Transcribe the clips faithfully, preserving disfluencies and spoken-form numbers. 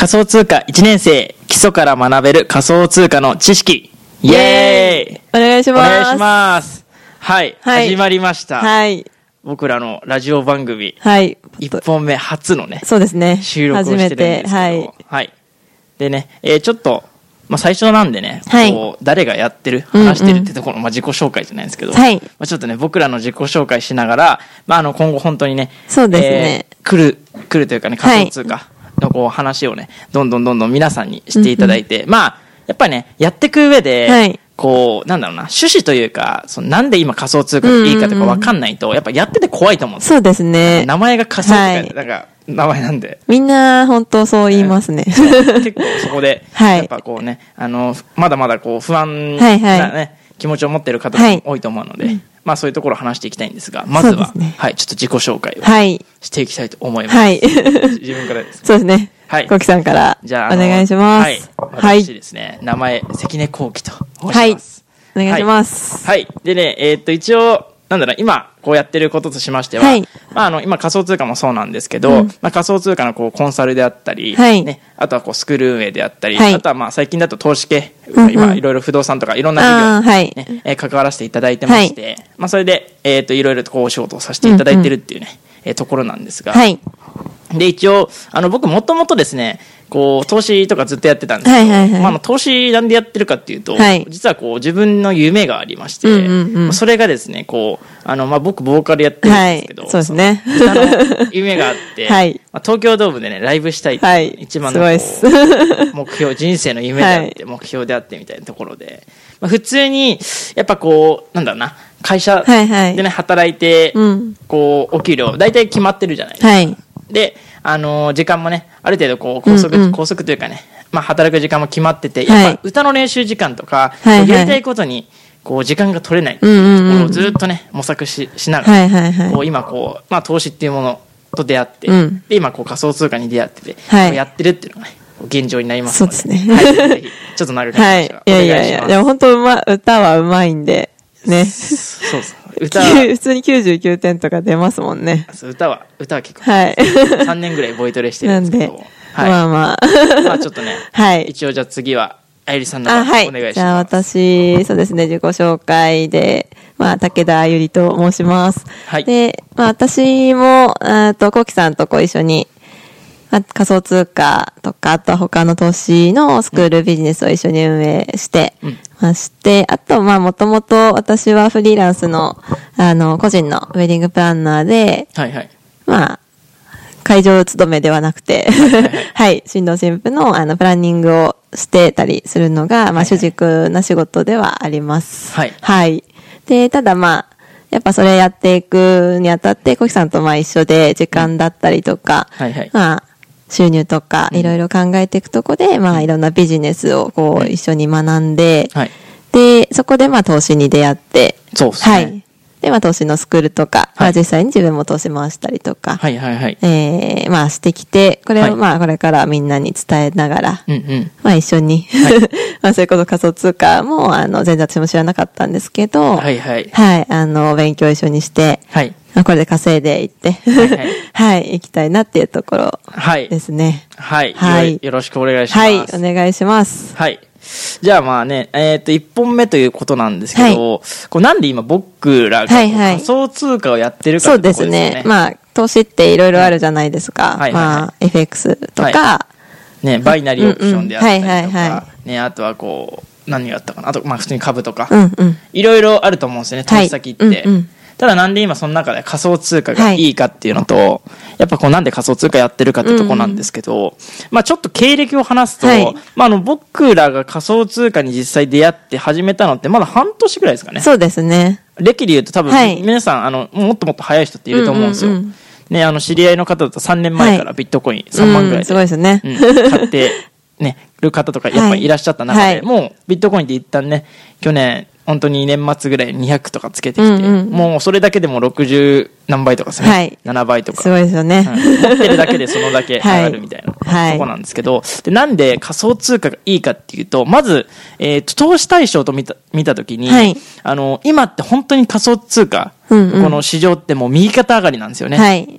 仮想通貨いちねん生、基礎から学べる仮想通貨の知識。イエーイ。 お願いします。 お願いします。はい。はい、始まりました。 はい。 僕らのラジオ番組。 はい。 いっぽんめ初のね。 そうですね。 収録をしてるんですけど。はい。はい。でね、えー、ちょっと、まあ、最初なんでね、はい、こう誰がやってる、話してるってところの、まあ、自己紹介じゃないんですけど、はい、まあ、ちょっとね、僕らの自己紹介しながら、まあ、あの今後本当にね、 そうですね、 えー、来る、来るというかね、仮想通貨のこう話をね、どんどんどんどん皆さんにしていただいて、うんうん、まあ、やっぱりね、やっていく上で、はい、こう、なんだろうな、趣旨というか、そのなんで今仮想通貨がいいかとか分かんないと、やっぱやってて怖いと思うんですよ。 そうですね。 名前が仮想通貨で、なんか、名前なんで。 みんな本当そう言いますね。 結構そこで、やっぱこうね、あの、まだまだこう不安なね、はいはい、気持ちを持っている方も多いと思うので、はい、まあそういうところを話していきたいんですが、まずは、ね、はい、ちょっと自己紹介をしていきたいと思います。はい。自分からです、ね。 そうですね。はい。コキさんから、じゃあ、お願いします。 はい。私ですね、名前、関根幸喜と申します。 はい。お願いします。 はい。はい、でね、えー、っと、一応、なんだろう、今、こうやってることとしましては、はい、まあ、あの、今仮想通貨もそうなんですけど、うん、まあ、仮想通貨のこう、コンサルであったり、はい、ね、あとはこう、スクール運営であったり、はい、あとはまあ、最近だと投資系、うんうん、今、いろいろ不動産とかいろんな事業に、ね、はい、えー、関わらせていただいてまして、はい、まあ、それで、えー、っと、いろいろとこう、お仕事をさせていただいてるっていうね、うんうん、えー、ところなんですが、はい、で、一応、あの、僕もともとですね、こう、投資とかずっとやってたんですけど、はいはいはい、まあ、あの、投資なんでやってるかっていうと、はい、実はこう、自分の夢がありまして、うんうんうん、それがですね、こう、あの、まあ、僕、ボーカルやってるんですけど、はい、そうですね。歌の夢があって、はい、まあ、東京ドームでね、ライブしたいっていう、一番のこう、はい、目標、人生の夢であって、目標であってみたいなところで、まあ、普通に、やっぱこう、なんだろうな、会社でね、はいはい、働いて、うん、こう、お給料、大体決まってるじゃないですか。はい、で、あのー、時間もね、ある程度こう、拘束、うんうん、拘束というかね、まあ、働く時間も決まってて、やっぱ歌の練習時間とか、はい、やりたいことに、こう、時間が取れない。はいはい、もうずっとね、模索し、しながら、はいはいはい、こう、今こう、まあ、投資っていうものと出会って、うん、で、今こう、仮想通貨に出会ってて、はい、やってるっていうのがね、現状になりますので。そうですね。はい、ぜひ、ちょっと長くなりましたが、はい、いやいやいや、 でも本当、ま、歌は上手いんで、ね。 そうそう。歌普通にきゅうじゅうきゅうてんとか出ますもんね。 歌は、歌は結構。はい。さんねんぐらいボイトレしてるんですけど。なんで、はい、まあまあ。まあちょっとね。はい。一応じゃあ次は、あゆりさんの方、はい、お願いします。じゃあ私、そうですね、自己紹介で、まあ、武田あゆりと申します。はい。で、まあ私も、あと、こうきさんとこう一緒に、まあ、仮想通貨とか、あとは他の投資のスクールビジネスを一緒に運営してまして、うん、あと、まあ、もともと私はフリーランスの、あの、個人のウェディングプランナーで、はいはい。まあ、会場勤めではなくて、はい、はいはい、新郎新婦の、あの、プランニングをしてたりするのが、まあ、主軸な仕事ではあります。はい。はい。で、ただまあ、やっぱそれやっていくにあたって、コキさんとまあ一緒で時間だったりとか、うん、はいはい。まあ、収入とかいろいろ考えていくとこで、うん、まあいろんなビジネスをこう一緒に学んで、はい、で、そこでまあ投資に出会って、そうですね。はい。で、まあ投資のスクールとか、はい、まあ実際に自分も投資回したりとか、はいはいはい。えー、まあしてきて、これをまあこれからみんなに伝えながら、うんうん、まあ一緒に、はい、まあそういうこと仮想通貨も、あの、全然私も知らなかったんですけど、はいはい。はい、あの、勉強一緒にして、はい。これで稼いでいって、はい、はい、はい、行きたいなっていうところですね。 はい。はい。よ, よろしくお願いします。はい、 お願いします。 はい。じゃあまあね、えっと、一本目ということなんですけど、はい、こうなんで今僕らが仮想通貨をやってるかってことですね。そうですね。 まあ、投資っていろいろあるじゃないですか。はい、まあ、エフエックス とか、はい、 ね、バイナリーオプションであったりとか、はいはいはい、ね、あとはこう、何があったかな。あと、まあ普通に株とか、うんうん、いろいろあると思うんですよね、投資先って。はい、うんうん、ただなんで今その中で仮想通貨がいいかっていうのと、はい、やっぱこうなんで仮想通貨やってるかってとこなんですけど、うん、まあちょっと経歴を話すと、はい、まああの僕らが仮想通貨に実際出会って始めたのってまだ半年ぐらいですかね。 そうですね。 歴で言うと多分皆さん、はい、あのもっともっと早い人っていると思うんですよ。うんうんうん、ね、あの知り合いの方だとさんねんまえからビットコインさんまんぐらいで、うん、すごいですね。うん、買ってねる方とかやっぱりいらっしゃった中で、はい、もうビットコインで一旦ね去年本当に年末ぐらいにひゃくとかつけてきて、うんうん、もうそれだけでもろくじゅう何倍とかですね、はい、ななばいとか。 すごいですよね。 うん、持ってるだけでそのだけ上がるみたいな、はい、とこなんですけど、で、なんで仮想通貨がいいかっていうと、まず、えー、投資対象と見た、見たときに、はい、あの、今って本当に仮想通貨、うんうん、この市場ってもう右肩上がりなんですよね。はい。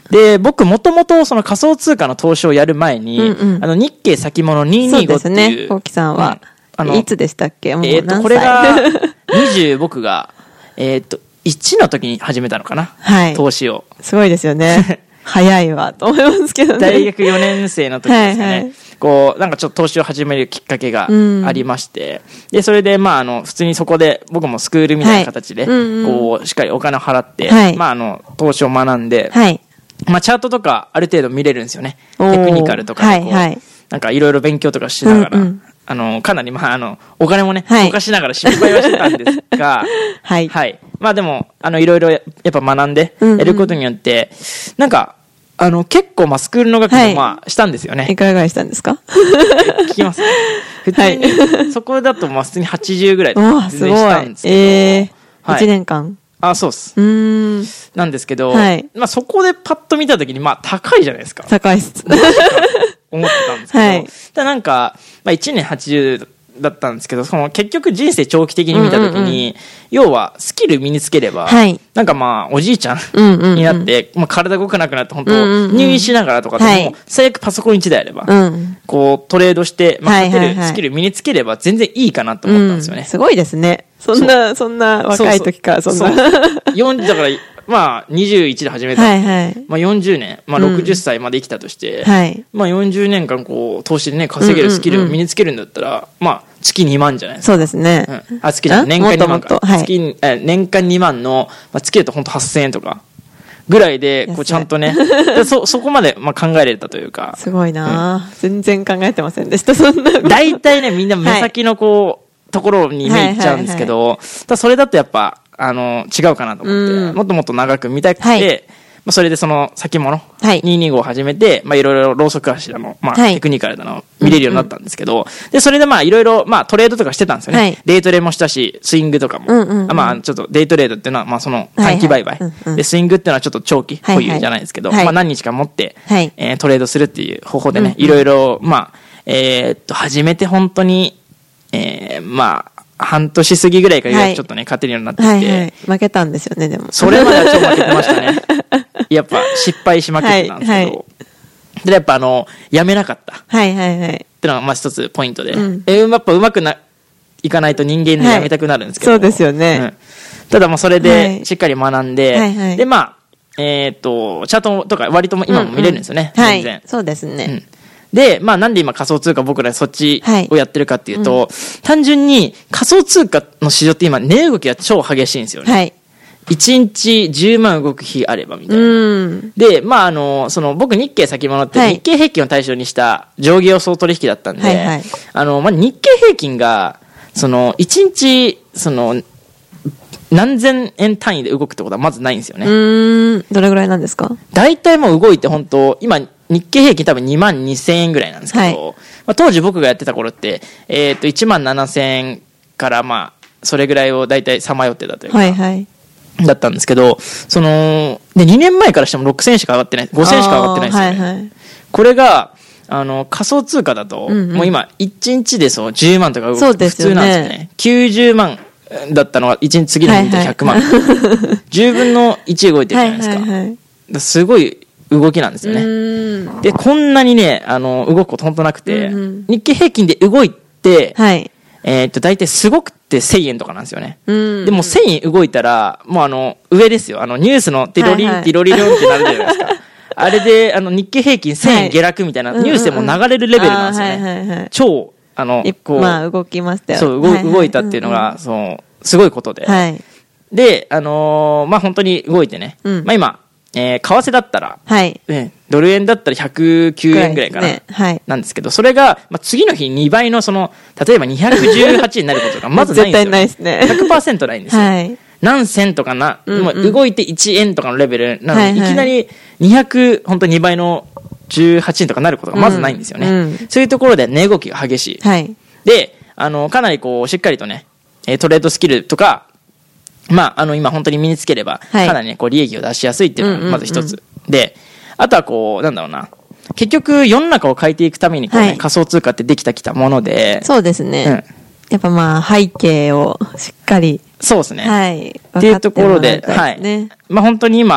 で、僕もともとその仮想通貨の投資をやる前に、うんうん、あの日経先物にひゃくにじゅうごっていう。そうですね、 コウキさんは。うん、あのいつでしたっけ？もうえっ、ー、と、これが、にじゅう、僕が、えっ、ー、と、いちの時に始めたのかな、はい。投資を。 すごいですよね。早いわ、と思いますけどね。 大学よねん生の時ですかね。はいはい、こう、なんかちょっと投資を始めるきっかけがありまして、うん、で、それで、まあ、あの、普通にそこで、僕もスクールみたいな形で、はい、こう、しっかりお金を払って、はい、まあ、あの、投資を学んで、はい、まあ、チャートとか、ある程度見れるんですよね。テクニカルとかでこう、はいはい、なんかいろいろ勉強とかしながら、うんうん、あの、かなり、まあ、あの、お金もね、はい、溶かしながら失敗はしてたんですが、はい。はい。まあでも、あの、いろいろやっぱ学んで、やることによって、うんうん、なんか、あの、結構、まあ、スクールの額も、まあ、したんですよね。 いくらぐらいしたんですか？ 聞きます、ね。普通に、はい、そこだと、まあ、普通にはちじゅうぐらい全然したんですけど。 えー、はい、いちねんかん。 あ、そうっす。うーん。なんですけど、はい、まあ、そこでパッと見たときに、まあ、高いじゃないですか。 高いっす。 思ってたんですけど、はい、ただなんか、まあ、いちねんはちじゅうだったんですけど、その結局人生長期的に見たときに、うんうんうん、要はスキル身につければ、はい、なんかまあおじいちゃん、うんうんうん、になって、まあ、体動かなくなって本当、うんうんうん、入院しながらとかでも、はい、最悪パソコンいちだいあれば、うん、こうトレードして、まあ、勝てるスキル身につければ全然いいかなと思ったんですよね。 うん、すごいですね。そんな、そんな若い時からそんな。 よんじゅうだから、まあ、にじゅういちで始めたんで、はいはい、まあよんじゅうねん、まあろくじゅっさいまで生きたとして、うんはい、まあよんじゅうねんかんこう、投資でね、稼げるスキルを身につけるんだったら、うんうんうん、まあ、月にまんじゃないですか。 そうですね。 うん、あ、月じゃ年間にまんか。もっともっと、はい、月え年間にまんの、まあ、月だとほんとはっせんえんとか、ぐらいで、こうちゃんとね、そ、そこまで、まあ、考えられたというか。 すごいな、うん、全然考えてませんでした、そんな。 大体ね、みんな目先のこう、はい、ところに目いっちゃうんですけど、はいはいはい、ただそれだとやっぱ、あの、違うかなと思って、うん、もっともっと長く見たくて、はい、まあ、それでその先物、はい、にひゃくにじゅうごを始めて、まあ、いろいろローソク足だの、まあ、はい、テクニカルだの、見れるようになったんですけど、うんうん、で、それでまあ、いろいろ、まあ、トレードとかしてたんですよね。はい、デイトレもしたし、スイングとかも。うんうんうん、まあ、ちょっとデイトレードっていうのは、まあ、その短期売買、はいはいうんうん。で、スイングっていうのはちょっと長期保有じゃないですけど、はいはい、まあ、何日か持って、はい、えー、トレードするっていう方法でね、いろいろ、まあ、えー、っと、始めて本当に、えー、まあ、半年過ぎぐらいからちょっとね、はい、勝てるようになってきて、はいはい。 負けたんですよね、でも。 それまではちょっと負けてましたね。やっぱ失敗しまくってたんですけど。はいはい、で、やっぱあの、やめなかった。はいはいはい。ってのがまあ一つポイントで。うん、え、やっぱ上手くな、いかないと人間でやめたくなるんですけど。 はい、そうですよね。うん、 ただまあそれでしっかり学んで、はいはいはい、でまあ、えー、っと、チャートとか割と今も見れるんですよね。うんうん、全然。 はい。そうですね。うんで、まあなんで今仮想通貨僕らそっちをやってるかっていうと、はいうん、単純に仮想通貨の市場って今値動きが超激しいんですよね。はい。いちにちじゅうまん動く日あればみたいな。うん。で、まああの、その僕日経先物って日経平均を対象にした上下予想取引だったんで、はいはい、あの、まあ日経平均が、そのいちにち、その、何千円単位で動くってことはまずないんですよね。 うん。どれぐらいなんですか？ 大体もう動いて本当今、日経平均多分にまんにせんえんぐらいなんですけど、はいまあ、当時僕がやってた頃って、えっと、いちまんななせんえんからまあ、それぐらいを大体さまよってたというか、はいはい、だったんですけど、その、で、にねんまえからしてもろくせんえんしか上がってない、ごせんえんしか上がってないんですよね。はいはい、これが、あの、仮想通貨だと、うんうん、もう今、いちにちでそう、じゅうまんとか動く普通なんですよね。よねきゅうじゅうまんだったのが、いちにち次の日見てひゃくまん。はいはい、じゅうぶんのいち動いてるじゃないですか。はいはいはい、だすごい、動きなんですよね。で、こんなにね、あの、動くこと本当なくて、うんうん、日経平均で動いて、はい、えー、っと、大体すごくてせんえんとかなんですよね。うんうん、でもせんえん動いたら、もうあの、上ですよ。あの、ニュースのティロリン、はいはい、ティロリロンってなるじゃないですか。あれで、あの、日経平均せんえん下落みたいな、ニュースでも流れるレベルなんですよね。うんうんうん、はいはいはい、超、あの、こう、 まあ、動きましたよ。 そう、動、はいはい、動いたっていうのが、そう、すごいことで。はい、で、あのー、まあ、本当に動いてね。うん、まあ、今、えー、為替だったら、はいね、ドル円だったらひゃくきゅうえんぐらいかな、ねはい、なんですけど、それが、まあ、次の日にばいのその、例えばにひゃくじゅうはちえんになることがまずないんですよ。絶対ないですね。ひゃくパーセント ないんですよ。はい、何銭とかな、うんうん、動いていちえんとかのレベルなので、はいはい、いきなりにひゃく、本当ににばいのじゅうはちえんとかなることがまずないんですよね。うんうん、そういうところで値動きが激しい。はい、で、あの、かなりこう、しっかりとね、トレードスキルとか、まあ、あの、今本当に身につければ、かなりね、こう、利益を出しやすいっていうのがまず一つ。うんうんうん、で、あとはこう、なんだろうな。結局、世の中を変えていくためにこう、ねはい、仮想通貨ってできたきたもので。 そうですね。うん、やっぱまあ、背景をしっかり。 そうですね。 はい。 っていうところで、はい。まあ本当に今、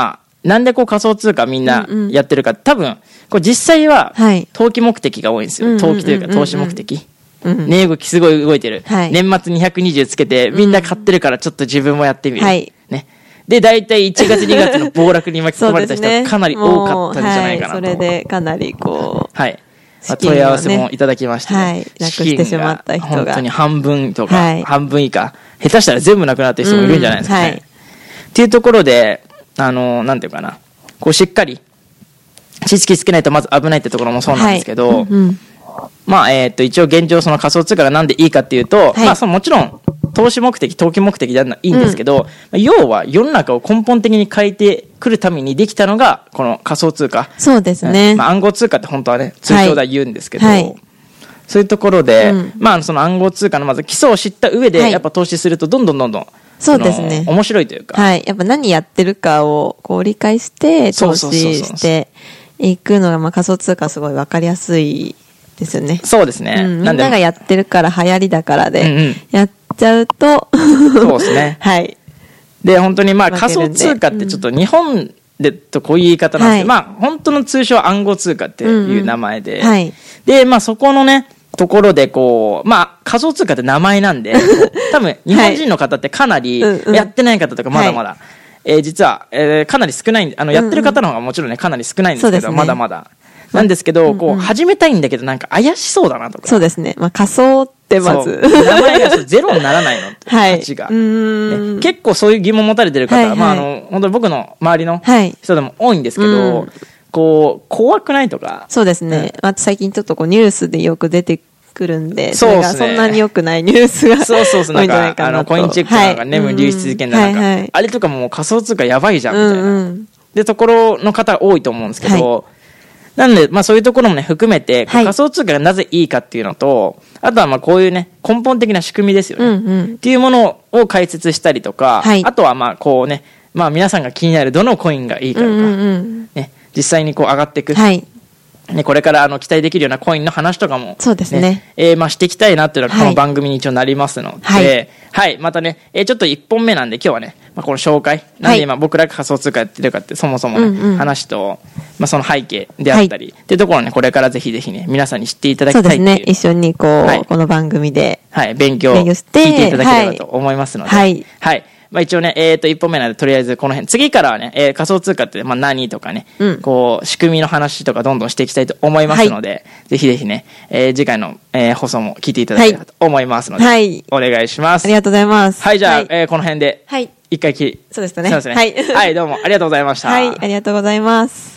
なんでこう仮想通貨みんなやってるか、うんうん、多分、これ実際は、投機目的が多いんですよ。はい、投機というか投資目的。うんうん、値動きすごい動いてる。はい、年末にひゃくにじゅうつけて、みんな買ってるからちょっと自分もやってみる。はい、ね。で、大体いちがつにがつの暴落に巻き込まれた人はかなり多かったんじゃないかなと。 はい、それでかなりこう。 はい。問い合わせもいただきまして、ね、 はい。なくしてしまった人が。 本当に半分とか、はい、半分以下。下手したら全部なくなってる人もいるんじゃないですかね。うん、はい。っていうところで、あの、なんていうかな。こうしっかり、知識つけないとまず危ないってところもそうなんですけど、はい、うんうん、まあ、えっと、一応現状その仮想通貨がなんでいいかっていうと、はい、まあ、そのもちろん、投資目的、投機目的であるのはいいんですけど、うん、要は世の中を根本的に変えてくるためにできたのが、この仮想通貨。 そうですね。 まあ、暗号通貨って本当はね、通称では言うんですけど、はいはい、そういうところで、うん、まあ、その暗号通貨のまず基礎を知った上で、やっぱ投資すると、どんどんどんどん、 そうですね。 面白いというか。 はい。やっぱ何やってるかを、こう理解して、投資していくのが、まあ仮想通貨すごいわかりやすいですよね。 そうですね。 うん、みんながやってるから流行りだからで、やっちゃうと、 そうですね。 はい。 で、本当にまあ仮想通貨ってちょっと日本でとこういう言い方なんですけど、はい、まあ本当の通称は暗号通貨っていう名前で、うんうん、はい。で、まあそこのね、ところでこう、まあ仮想通貨って名前なんで、多分日本人の方ってかなり、やってない方とかまだまだ、はい、えー、実は、えー、かなり少ない、あの、やってる方の方がもちろんね、かなり少ないんですけど、ね、まだまだ。なんですけど、うんうん、こう、始めたいんだけど、なんか怪しそうだなとか。 そうですね。まあ仮想ってまず。 名前がゼロにならないのって、はい、価値が、ね。結構そういう疑問持たれてる方は、はいはい、まああの、本当に僕の周りの人でも多いんですけど、はい、うん、こう、怖くないとか。 そうですね。うん、最近ちょっとこうニュースでよく出てくるんで、それがそんなに良くないニュースが。 そうそうそう、なんか、あの、コインチェックなんかね、はい、流出事件なんか、はいはい、あれとかも仮想通貨やばいじゃん、みたいな。うんうん、で、ところの方多いと思うんですけど、はい、なんで、まあそういうところもね、含めて、はい、仮想通貨がなぜいいかっていうのと、あとはまあこういうね、根本的な仕組みですよね。うんうん、っていうものを解説したりとか、はい、あとはまあこうね、まあ皆さんが気になるどのコインがいいかとか、うんうんうん、ね、実際にこう上がっていく。はい、ね、これからあの期待できるようなコインの話とかも、ね、 そうですね。 えー、まあしていきたいなっていうのがこの番組に一応なりますので、はい、はい、またね、えー、ちょっといっぽんめなんで今日はね、まあ、この紹介、なんで今僕らが仮想通貨やってるかってそもそもね、うんうん、話と、まあその背景であったり、はい、っていうところをね、これからぜひぜひね、皆さんに知っていただきたいっていう。 そうですね、一緒にこう、はい、この番組で、 はい、勉強、聞いていただければと思いますので、はい。はい。まあ一応ね、えっと、一本目なんで、とりあえずこの辺。次からはね、えー、仮想通貨って、まあ何とかね、うん、こう、仕組みの話とかどんどんしていきたいと思いますので、はい、ぜひぜひね、えー、次回の、えー、放送も聞いていただければと思いますので、はい。お願いします。 ありがとうございます。 はい、じゃあ、はい、えー、この辺で、はい。一回きり。 そうですね。 そうですね。はい。はい、どうもありがとうございました。 はい、ありがとうございます。